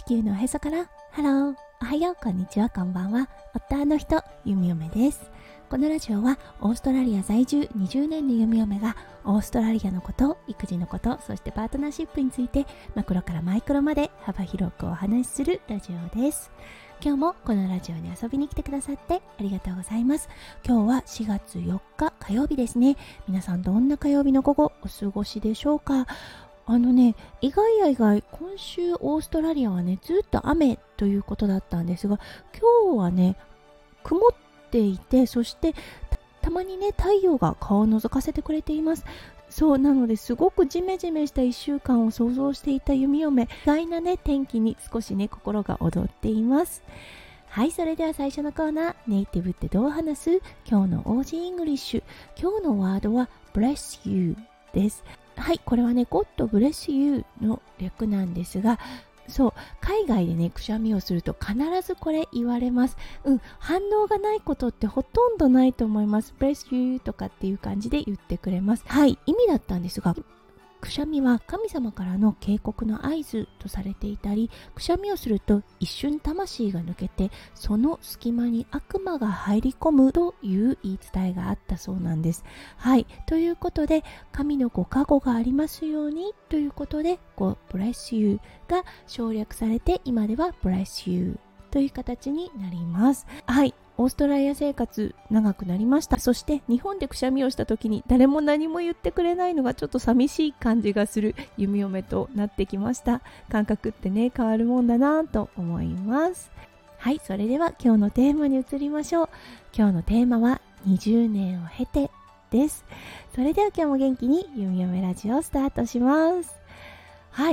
球のおへそからハロー、おはよう、こんにちは、こんばんは。夫の人、ゆみおめです。このラジオはオーストラリア在住20年のゆみおめがオーストラリアのこと、育児のこと、そしてパートナーシップについてマクロからマイクロまで幅広くお話しするラジオです。今日もこのラジオに遊びに来てくださってありがとうございます。今日は4月4日火曜日ですね。皆さんどんな火曜日の午後お過ごしでしょうか。意外や意外、今週オーストラリアはね、ずっと雨ということだったんですが、今日はね、曇っていて、そしてたまにね、太陽が顔を覗かせてくれています。そうなので、すごくジメジメした1週間を想像していた弓嫁、意外なね、天気に少しね、心が躍っています。はい、それでは最初のコーナー、ネイティブってどう話す？今日の OG イングリッシュ。今日のワードは Bless You です。はい、これはね、God Bless You の略なんですが、そう、海外でね、くしゃみをすると必ずこれ言われます。反応がないことってほとんどないと思います。Bless You とかっていう感じで言ってくれます。はい、意味だったんですが、くしゃみは神様からの警告の合図とされていたり、くしゃみをすると一瞬魂が抜けて、その隙間に悪魔が入り込むという言い伝えがあったそうなんです。はい、ということで、神のご加護がありますようにということで、God Bless You が省略されて、今では Bless You という形になります。はい、オーストラリア生活長くなりました。そして日本でくしゃみをした時に誰も何も言ってくれないのがちょっと寂しい感じがする弓嫁となってきました。感覚ってね、変わるもんだなと思います。はい、それでは今日のテーマに移りましょう。今日のテーマは20年を経てです。それでは今日も元気に弓嫁ラジオをスタートします。はい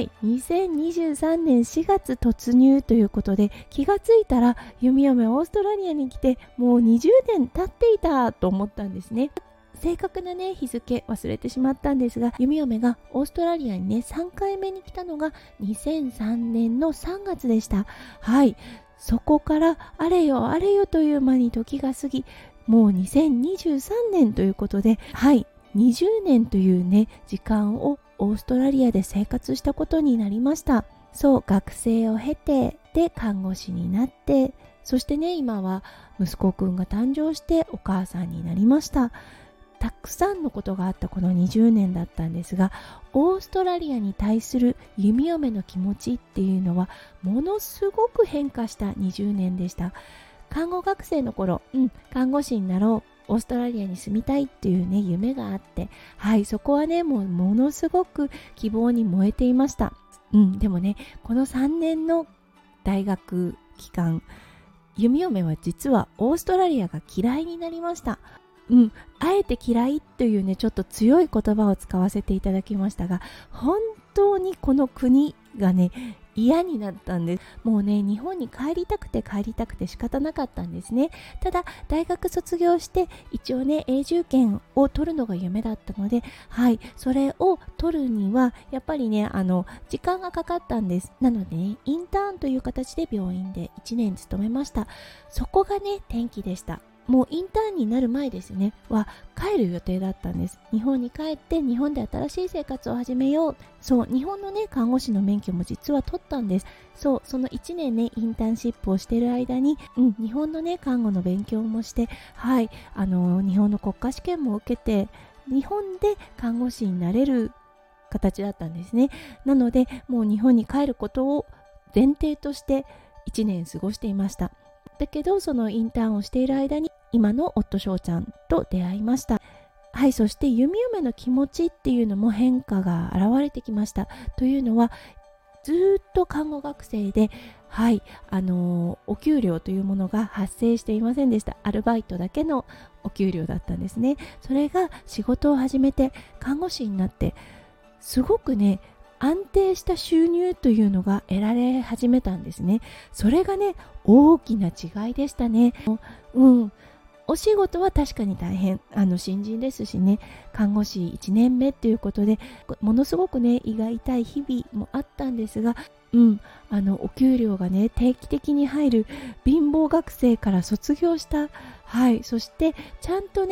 、2023年4月突入ということで、気がついたら弓嫁オーストラリアに来てもう20年経っていたと思ったんですね。正確なね、日付忘れてしまったんですが、弓嫁がオーストラリアにね、3回目に来たのが2003年の3月でした。はい、そこからあれよあれよという間に時が過ぎ、もう2023年ということで、はい、20年というね、時間をオーストラリアで生活したことになりました。そう、学生を経て、で看護師になって、そしてね、今は息子くんが誕生してお母さんになりました。たくさんのことがあったこの20年だったんですが、オーストラリアに対する弓嫁の気持ちっていうのはものすごく変化した20年でした。看護学生の頃、看護師になろう、オーストラリアに住みたいっていうね、夢があって、はい、そこはね、もうものすごく希望に燃えていました。でもね、この3年の大学期間、弓嫁は実はオーストラリアが嫌いになりました。あえて嫌いというね、ちょっと強い言葉を使わせていただきましたが、本当にこの国がね、嫌になったんです。もうね、日本に帰りたくて仕方なかったんですね。ただ大学卒業して一応ね、永住権を取るのが夢だったので、はい、それを取るにはやっぱりね、時間がかかったんです。なのでね、インターンという形で病院で1年勤めました。そこがね、転機でした。もうインターンになる前ですねは帰る予定だったんです。日本に帰って日本で新しい生活を始めよう。そう、日本のね、看護師の免許も実は取ったんです。そう、その1年ね、インターンシップをしている間に、日本のね、看護の勉強もして、はい、日本の国家試験も受けて、日本で看護師になれる形だったんですね。なので、もう日本に帰ることを前提として1年過ごしていました。だけど、そのインターンをしている間に今の夫翔ちゃんと出会いました。はい、そして弓嫁の気持ちっていうのも変化が現れてきました。というのは、ずっと看護学生で、はい、お給料というものが発生していませんでした。アルバイトだけのお給料だったんですね。それが仕事を始めて看護師になって、すごくね、安定した収入というのが得られ始めたんですね。それがね、大きな違いでしたね。お仕事は確かに大変、新人ですしね、看護師1年目っていうことでものすごくね、胃が痛い日々もあったんですが、お給料がね、定期的に入る貧乏学生から卒業した。はい、そしてちゃんとね、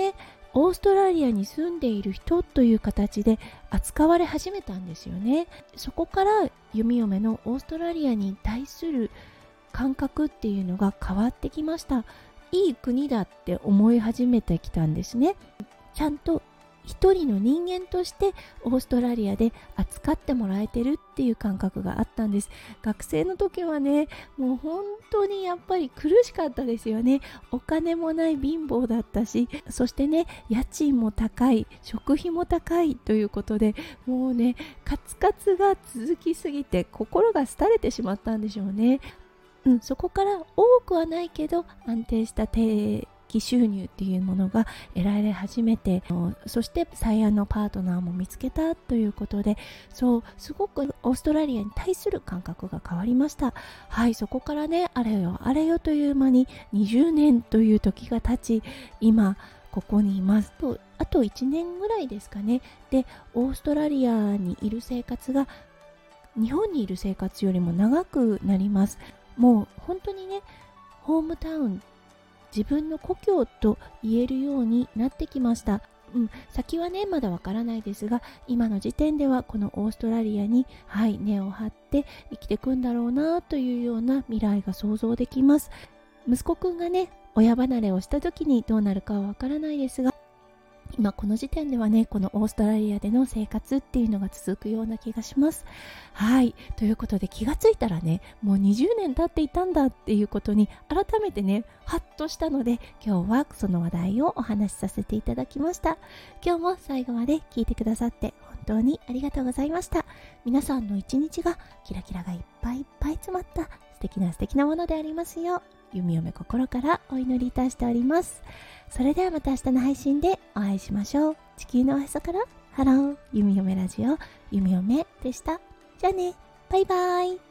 オーストラリアに住んでいる人という形で扱われ始めたんですよね。そこから弓嫁のオーストラリアに対する感覚っていうのが変わってきました。いい国だって思い始めてきたんですね。ちゃんと一人の人間としてオーストラリアで扱ってもらえてるっていう感覚があったんです。学生の時はね、もう本当にやっぱり苦しかったですよね。お金もない貧乏だったし、そしてね、家賃も高い、食費も高いということで、もうね、カツカツが続きすぎて心が廃れてしまったんでしょうね。そこから多くはないけど安定した定期収入っていうものが得られ始めて、そして最愛のパートナーも見つけたということで、そうすごくオーストラリアに対する感覚が変わりました。はい、そこからね、あれよあれよという間に20年という時が経ち、今ここにいますと、あと1年ぐらいですかね。で、オーストラリアにいる生活が日本にいる生活よりも長くなります。もう本当にね、ホームタウン、自分の故郷と言えるようになってきました。先はねまだわからないですが、今の時点ではこのオーストラリアに、根を張って生きていくんだろうなというような未来が想像できます。息子くんがね親離れをした時にどうなるかはわからないですが、今この時点ではね、このオーストラリアでの生活っていうのが続くような気がします。はい、ということで気がついたらね、もう20年経っていたんだっていうことに改めてね、ハッとしたので、今日はその話題をお話しさせていただきました。今日も最後まで聞いてくださって本当にありがとうございました。皆さんの一日がキラキラがいっぱいいっぱい詰まった素敵なものでありますよう、弓嫁心からお祈りいたしております。それではまた明日の配信でお会いしましょう。地球のおへそからハロー、弓嫁ラジオ、弓嫁でした。じゃあね、バイバイ。